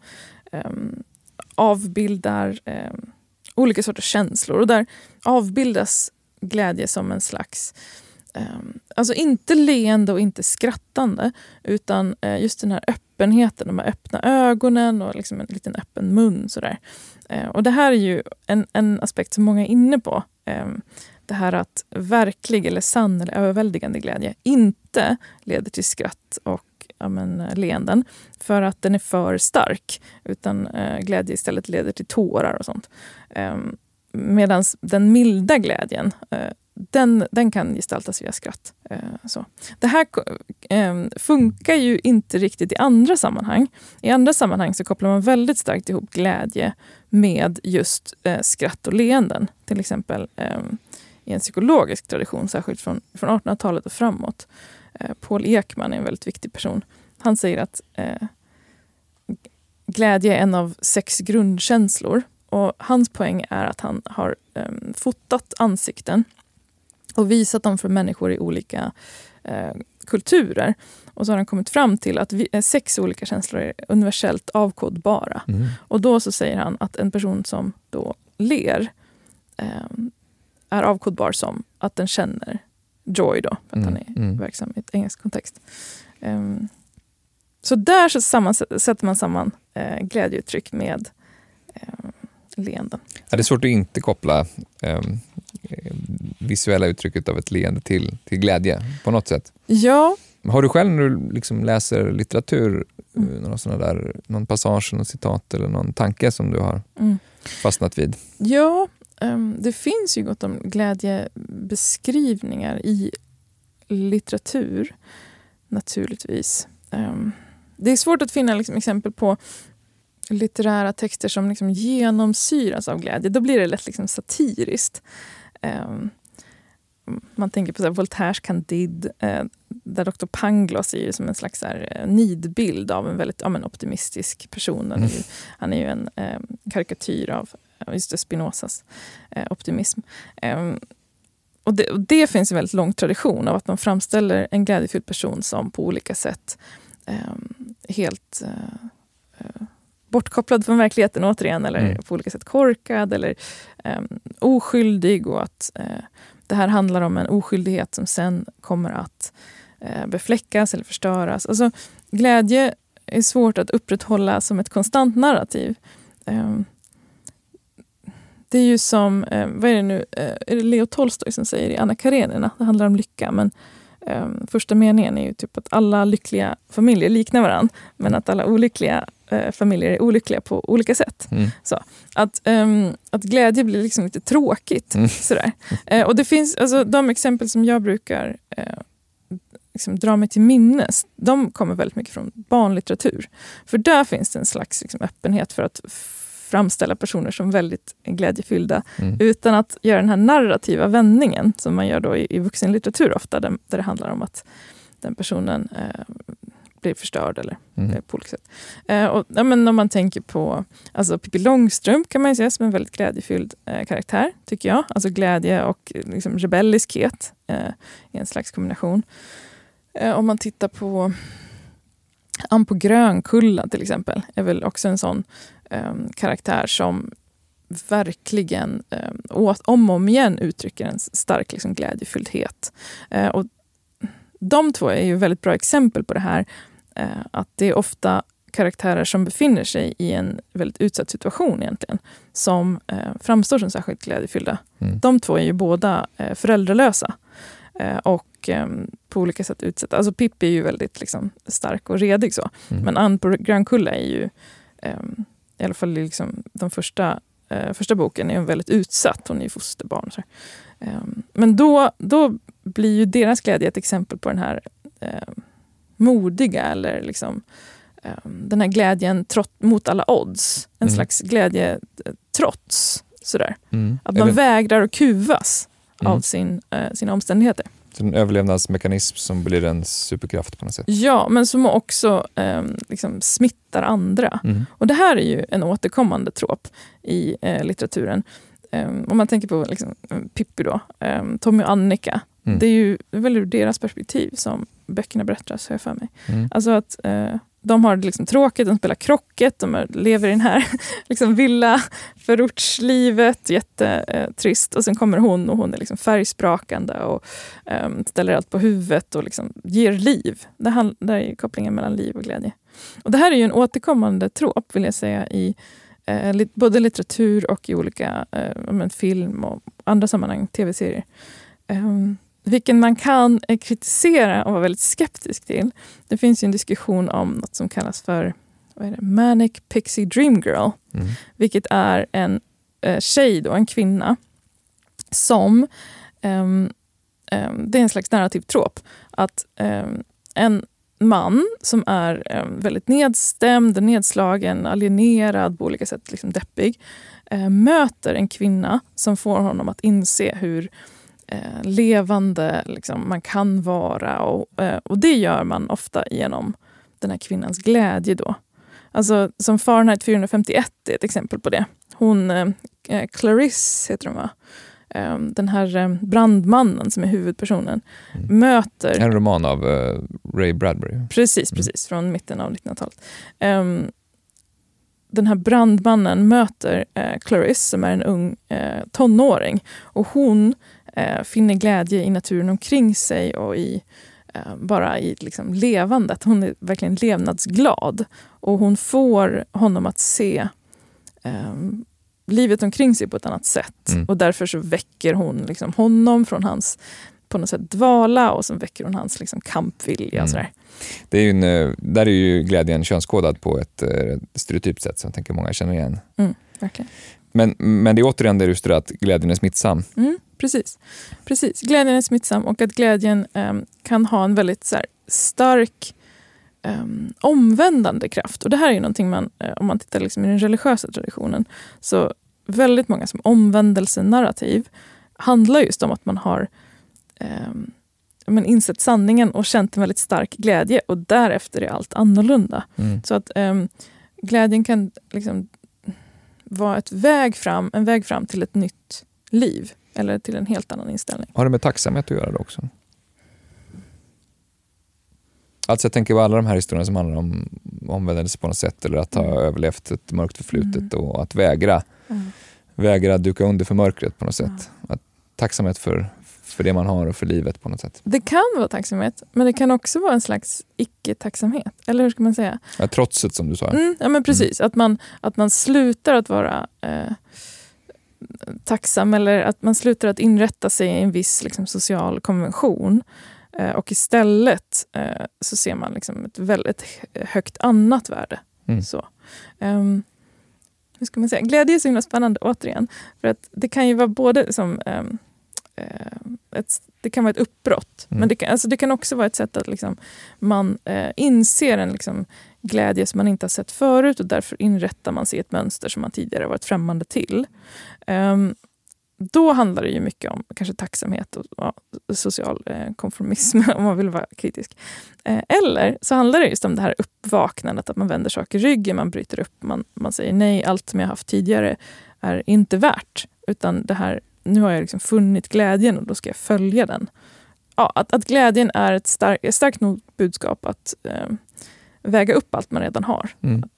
S2: avbildar olika sorters känslor, och där avbildas glädje som en slags alltså inte leende och inte skrattande, utan just den här öppenheten, de här öppna ögonen och liksom en liten öppen mun sådär. Och det här är ju en aspekt som många är inne på. Det här att verklig eller sann eller överväldigande glädje inte leder till skratt och leenden för att den är för stark, utan glädje istället leder till tårar och sånt. Medan den milda glädjen, den kan gestaltas via skratt. Så. Det här funkar ju inte riktigt i andra sammanhang. I andra sammanhang så kopplar man väldigt starkt ihop glädje med just skratt och leenden. Till exempel i en psykologisk tradition, särskilt från 1800-talet och framåt. Paul Ekman är en väldigt viktig person. Han säger att glädje är en av 6 grundkänslor. Och hans poäng är att han har fotat ansikten och visat dem för människor i olika kulturer. Och så har han kommit fram till att 6 olika känslor är universellt avkodbara. Och då så säger han att en person som då ler är avkodbar som att den känner joy då, för att han är verksam i ett engelsk kontext. Så där så sätter man samman glädjeuttryck med leenden.
S1: Ja, det är svårt att inte koppla visuella uttrycket av ett leende till glädje på något sätt.
S2: Ja.
S1: Har du själv när du liksom läser litteratur någon passage, någon citat eller någon tanke som du har fastnat vid?
S2: Ja, det finns ju gott om glädjebeskrivningar i litteratur naturligtvis. Det är svårt att finna liksom exempel på litterära texter som liksom genomsyras av glädje. Då blir det lätt liksom satiriskt. Man tänker på så här, Voltaires Candide, där Dr. Pangloss är ju som en slags här, nidbild av en väldigt optimistisk person. Han är ju en karikatyr av just Spinozas optimism. Och det finns en väldigt lång tradition av att man framställer en glädjefylld person som på olika sätt helt bortkopplad från verkligheten återigen, eller på olika sätt korkad eller oskyldig, och att det här handlar om en oskyldighet som sen kommer att befläckas eller förstöras. Alltså, glädje är svårt att upprätthålla som ett konstant narrativ. Det är ju som, vad är det nu, är det Leo Tolstoj som säger i Anna Karenina, det handlar om lycka, men första meningen är ju typ att alla lyckliga familjer liknar varandra, men att alla olyckliga familjer är olyckliga på olika sätt. Så att glädje blir liksom lite tråkigt. Sådär. Och det finns, alltså, de exempel som jag brukar liksom dra mig till minnes, de kommer väldigt mycket från barnlitteratur. För där finns det en slags liksom öppenhet för att framställa personer som väldigt glädjefyllda utan att göra den här narrativa vändningen som man gör då i vuxenlitteratur ofta, där det handlar om att den personen blir förstörd eller på olika sätt. Men om man tänker på alltså Pippi Långstrump kan man ju se som en väldigt glädjefylld karaktär, tycker jag. Alltså glädje och liksom rebelliskhet i en slags kombination. Om man tittar på Ann på Grönkulla till exempel, är väl också en sån karaktär som verkligen om och om igen uttrycker en stark liksom, glädjefylldhet. Och de två är ju väldigt bra exempel på det här, att det är ofta karaktärer som befinner sig i en väldigt utsatt situation egentligen, som framstår som särskilt glädjefyllda. De två är ju båda föräldralösa och på olika sätt utsatta. Alltså Pippi är ju väldigt liksom, stark och redig så. Men Ann på Grönkulla är ju i alla fall liksom, den första boken är ju väldigt utsatt. Hon är ju fosterbarn. Så. Men då blir ju deras glädje ett exempel på den här modiga eller liksom, den här glädjen mot alla odds. En slags glädje trots. Sådär. Att man vägrar att kuvas av sina omständigheter.
S1: Så en överlevnadsmekanism som blir en superkraft på något sätt. Ja,
S2: men som också liksom smittar andra. Och det här är ju en återkommande trop i litteraturen. Om man tänker på liksom, Pippi då, Tommy och Annika. Det är ju väl ur deras perspektiv som böckerna berättas, har jag för mig. Alltså att de har det liksom tråkigt, de spelar krocket, de lever i den här liksom villa förortslivet, jättetrist. Och sen kommer hon, och hon är liksom färgsprakande och ställer allt på huvudet och liksom ger liv. Där är kopplingen mellan liv och glädje. Och det här är ju en återkommande trop, vill jag säga, i både litteratur och i olika film och andra sammanhang, tv-serier. Vilken man kan kritisera och vara väldigt skeptisk till. Det finns ju en diskussion om något som kallas för Manic Pixie Dream Girl. Vilket är en tjej då, en kvinna som det är en slags narrativ trop. Att en man som är väldigt nedstämd, nedslagen, alienerad, på olika sätt liksom deppig, möter en kvinna som får honom att inse hur levande liksom, man kan vara. Och det gör man ofta genom den här kvinnans glädje då. Alltså som Fahrenheit 451 är ett exempel på det. Hon, Clarisse heter hon va? Den här brandmannen som är huvudpersonen möter...
S1: En roman av Ray Bradbury.
S2: Precis, från mitten av 1900-talet. Den här brandmannen möter Clarisse som är en ung tonåring. Och hon finner glädje i naturen omkring sig och bara i liksom levandet. Hon är verkligen levnadsglad. Och hon får honom att se livet omkring sig på ett annat sätt. Och därför så väcker hon liksom honom från hans på något sätt dvala och så väcker hon hans liksom kampvilja. Och sådär.
S1: Det är ju där är ju glädjen könskodad på ett stereotypt sätt som jag tänker många känner igen.
S2: Verkligen.
S1: Men det är återigen det just det att glädjen är smittsam.
S2: Precis. Glädjen är smittsam och att glädjen kan ha en väldigt så här, stark omvändande kraft. Och det här är ju någonting man, om man tittar liksom i den religiösa traditionen, så väldigt många som omvändelsenarrativ handlar just om att man har insett sanningen och känt en väldigt stark glädje och därefter är allt annorlunda. Så att glädjen kan liksom vara en väg fram till ett nytt liv eller till en helt annan inställning.
S1: Har det med tacksamhet att göra det också? Alltså jag tänker på alla de här historierna som handlar om omvändelse på något sätt eller att ha överlevt ett mörkt förflutet och att vägra duka under för mörkret på något sätt. Att tacksamhet för det man har och för livet på något sätt.
S2: Det kan vara tacksamhet, men det kan också vara en slags icke-tacksamhet. Eller hur ska man säga?
S1: Ja, trotset som du sa.
S2: Ja, men precis. Att man slutar att vara tacksam eller att man slutar att inrätta sig i en viss liksom, social konvention. Och istället så ser man liksom ett väldigt högt annat värde. Så. Hur ska man säga? Glädje är så himla spännande återigen. För att det kan ju vara både som... det kan vara ett uppbrott. Men det kan också vara ett sätt att liksom, man inser en liksom, glädje som man inte har sett förut och därför inrättar man sig ett mönster som man tidigare varit främmande till. Då handlar det ju mycket om kanske tacksamhet och social konformism om man vill vara kritisk. Eller så handlar det just om det här uppvaknandet att man vänder saker i ryggen, man bryter upp, man säger nej, allt som jag haft tidigare är inte värt utan det här, nu har jag liksom funnit glädjen och då ska jag följa den. Ja, att glädjen är ett starkt nog budskap att väga upp allt man redan har.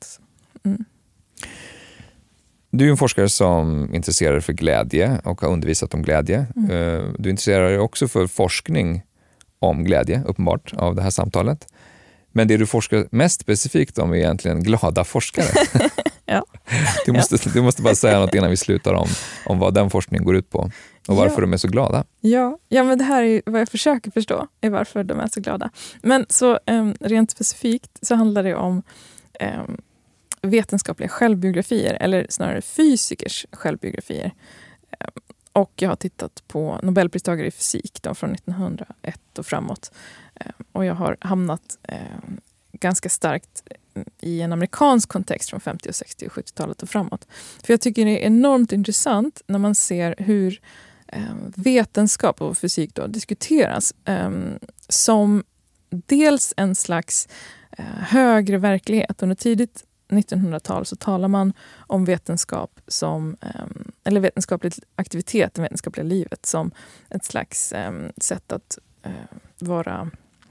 S1: Du är en forskare som intresserar dig för glädje och har undervisat om glädje. Du intresserar dig också för forskning om glädje, uppenbart, av det här samtalet. Men det du forskar mest specifikt om är egentligen glada forskare.
S2: Ja.
S1: Du måste bara säga något innan vi slutar om vad den forskningen går ut på och varför de är så glada.
S2: Ja, men det här är vad jag försöker förstå, är varför de är så glada. Men så rent specifikt så handlar det om vetenskapliga självbiografier eller snarare fysikers självbiografier. Och jag har tittat på Nobelpristagare i fysik då, från 1901 och framåt. Och jag har hamnat ganska starkt i en amerikansk kontext från 50-, 60- och 70-talet och framåt. För jag tycker det är enormt intressant när man ser hur vetenskap och fysik då diskuteras som dels en slags högre verklighet. Under tidigt 1900-tal så talar man om vetenskap som, eller vetenskaplig aktivitet, det vetenskapliga livet som ett slags sätt att vara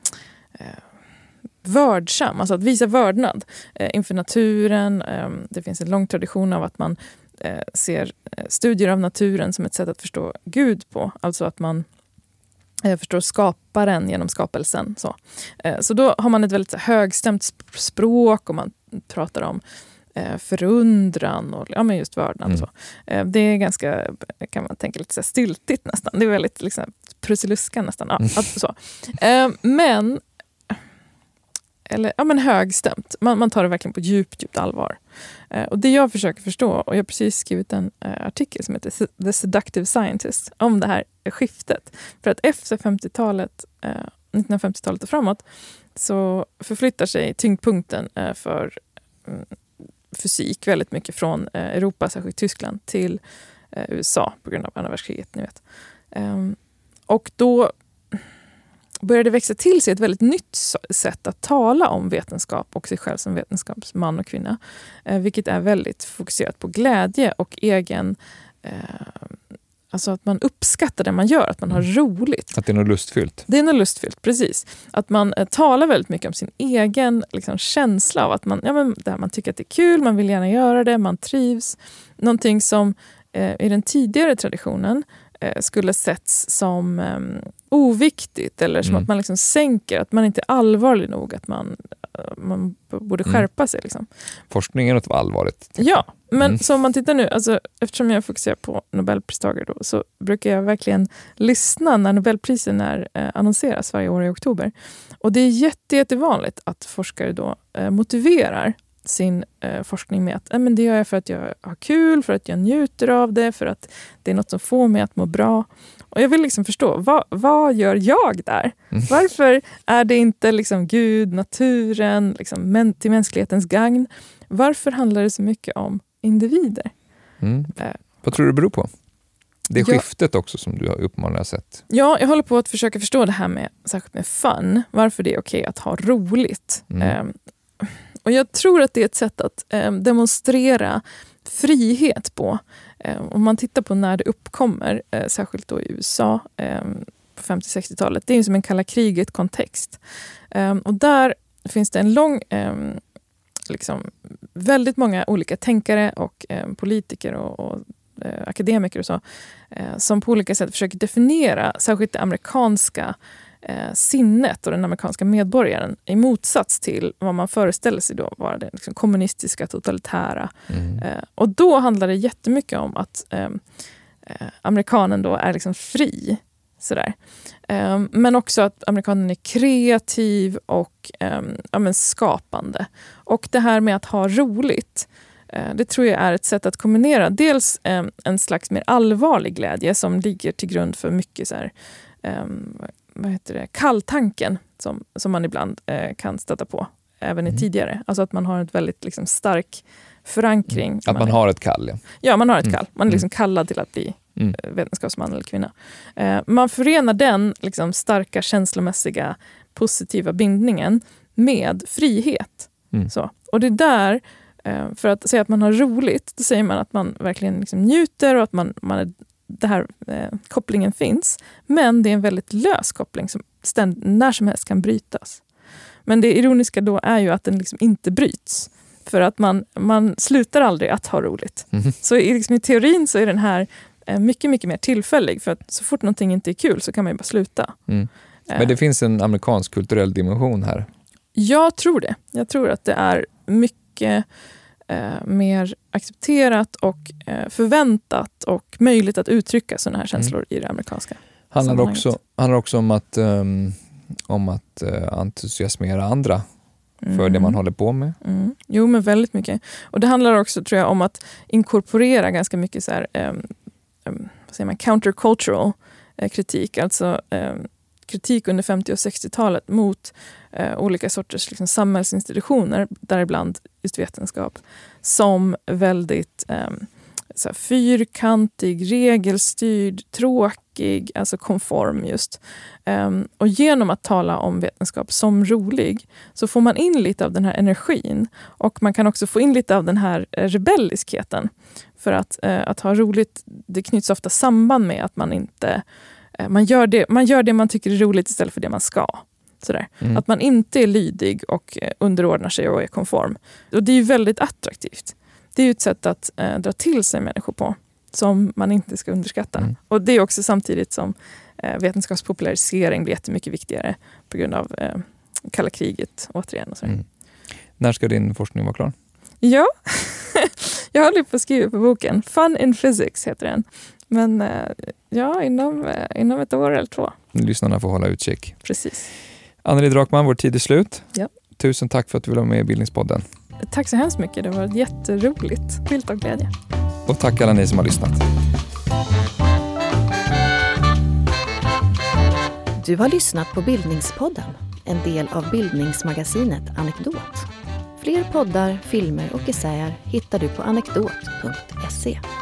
S2: vördsam, alltså att visa vördnad inför naturen. Det finns en lång tradition av att man ser studier av naturen som ett sätt att förstå Gud på, alltså att man förstår skaparen genom skapelsen. Så då har man ett väldigt högstämt språk och man pratar om förundran och men just vördnad. Så. Det är ganska, kan man tänka, lite så styltigt nästan. Det är väldigt liksom, prusiluskan nästan. Ja, så. Men högstämt. Man tar det verkligen på djupt allvar. Och det jag försöker förstå, och jag har precis skrivit en artikel som heter The Seductive Scientist om det här skiftet. För att efter 1950-talet och framåt så förflyttar sig tyngdpunkten för fysik väldigt mycket från Europa, särskilt Tyskland, till USA på grund av andra världskriget, ni vet. Och då började det växa till sig ett väldigt nytt sätt att tala om vetenskap och sig själv som vetenskapsman och kvinna. Vilket är väldigt fokuserat på glädje och egen... Alltså att man uppskattar det man gör, att man har roligt.
S1: Att det är något lustfyllt.
S2: Det är något lustfyllt, precis. Att man talar väldigt mycket om sin egen liksom, känsla av att man tycker att det är kul, man vill gärna göra det, man trivs. Någonting som i den tidigare traditionen skulle setts som oviktigt eller som att man liksom sänker, att man inte är allvarlig nog, att man borde skärpa sig. Liksom.
S1: Forskning är något allvarligt.
S2: Ja, men så om man tittar nu, alltså, eftersom jag fokuserar på Nobelpristagare då, så brukar jag verkligen lyssna när Nobelprisen annonseras varje år i oktober. Och det är jättevanligt att forskare då motiverar sin forskning med att men det gör jag för att jag har kul, för att jag njuter av det, för att det är något som får mig att må bra. Och jag vill liksom förstå, vad gör jag där? Varför är det inte liksom Gud, naturen, liksom till mänsklighetens gagn? Varför handlar det så mycket om individer?
S1: Vad tror du det beror på? Det skiftet också som du har uppenbarligen sett. Ja,
S2: jag håller på att försöka förstå det här med, särskilt med fun. Varför det är okej att ha roligt. Och jag tror att det är ett sätt att demonstrera frihet på. Om man tittar på när det uppkommer, särskilt då i USA på 50-60-talet, det är som en kalla kriget-kontext. Och där finns det en lång, väldigt många olika tänkare och politiker och akademiker och så, som på olika sätt försöker definiera särskilt det amerikanska sinnet och den amerikanska medborgaren i motsats till vad man föreställer sig då vara det liksom kommunistiska, totalitära. Och då handlar det jättemycket om att amerikanen då är liksom fri. Sådär. Men också att amerikanen är kreativ och skapande. Och det här med att ha roligt, det tror jag är ett sätt att kombinera dels en slags mer allvarlig glädje som ligger till grund för mycket så här, kalltanken som man ibland kan stöta på även i tidigare. Alltså att man har ett väldigt liksom, stark förankring.
S1: Att man har ett kall.
S2: Ja, man har ett kall. Man är liksom kallad till att bli vetenskapsman eller kvinna. Man förenar den liksom, starka känslomässiga positiva bindningen med frihet. Så. Och det är där, för att säga att man har roligt, då säger man att man verkligen liksom, njuter och att man är det här kopplingen finns, men det är en väldigt lös koppling som när som helst kan brytas. Men det ironiska då är ju att den liksom inte bryts, för att man slutar aldrig att ha roligt. Så liksom, i teorin så är den här mycket, mycket mer tillfällig, för att så fort någonting inte är kul så kan man ju bara sluta.
S1: Men det finns en amerikansk kulturell dimension här.
S2: Jag tror det. Jag tror att det är mycket mer accepterat och förväntat och möjligt att uttrycka sådana här känslor i det amerikanska
S1: handlar också om att entusiasmera andra för det man håller på med.
S2: Jo, men väldigt mycket. Och det handlar också, tror jag, om att inkorporera ganska mycket så här, vad säger man, countercultural kritik, alltså kritik under 50- och 60-talet mot olika sorters liksom, samhällsinstitutioner, däribland just vetenskap, som väldigt så här, fyrkantig, regelstyrd, tråkig, alltså konform just. Och genom att tala om vetenskap som rolig så får man in lite av den här energin, och man kan också få in lite av den här rebelliskheten. För att ha roligt, det knyts ofta samband med att man inte man gör det man tycker är roligt istället för det man ska. Sådär. Att man inte är lydig och underordnar sig och är konform. Och det är ju väldigt attraktivt. Det är ju ett sätt att dra till sig människor på som man inte ska underskatta. Och det är också samtidigt som vetenskapspopularisering blir jättemycket viktigare på grund av kalla kriget återigen. Och sådär.
S1: När ska din forskning vara klar?
S2: Ja, jag håller på att skriva på boken. Fun in Physics heter den. Men ja, inom ett år eller 2.
S1: Lyssnarna får hålla utkik.
S2: Precis.
S1: Anneli Drakman, vår tid är slut.
S2: Ja.
S1: Tusen tack för att du ville vara med i Bildningspodden.
S2: Tack så hemskt mycket. Det var jätteroligt. Fyllt av glädje.
S1: Och tack alla ni som har lyssnat.
S3: Du har lyssnat på Bildningspodden, en del av bildningsmagasinet Anekdot. Fler poddar, filmer och essäer hittar du på anekdot.se.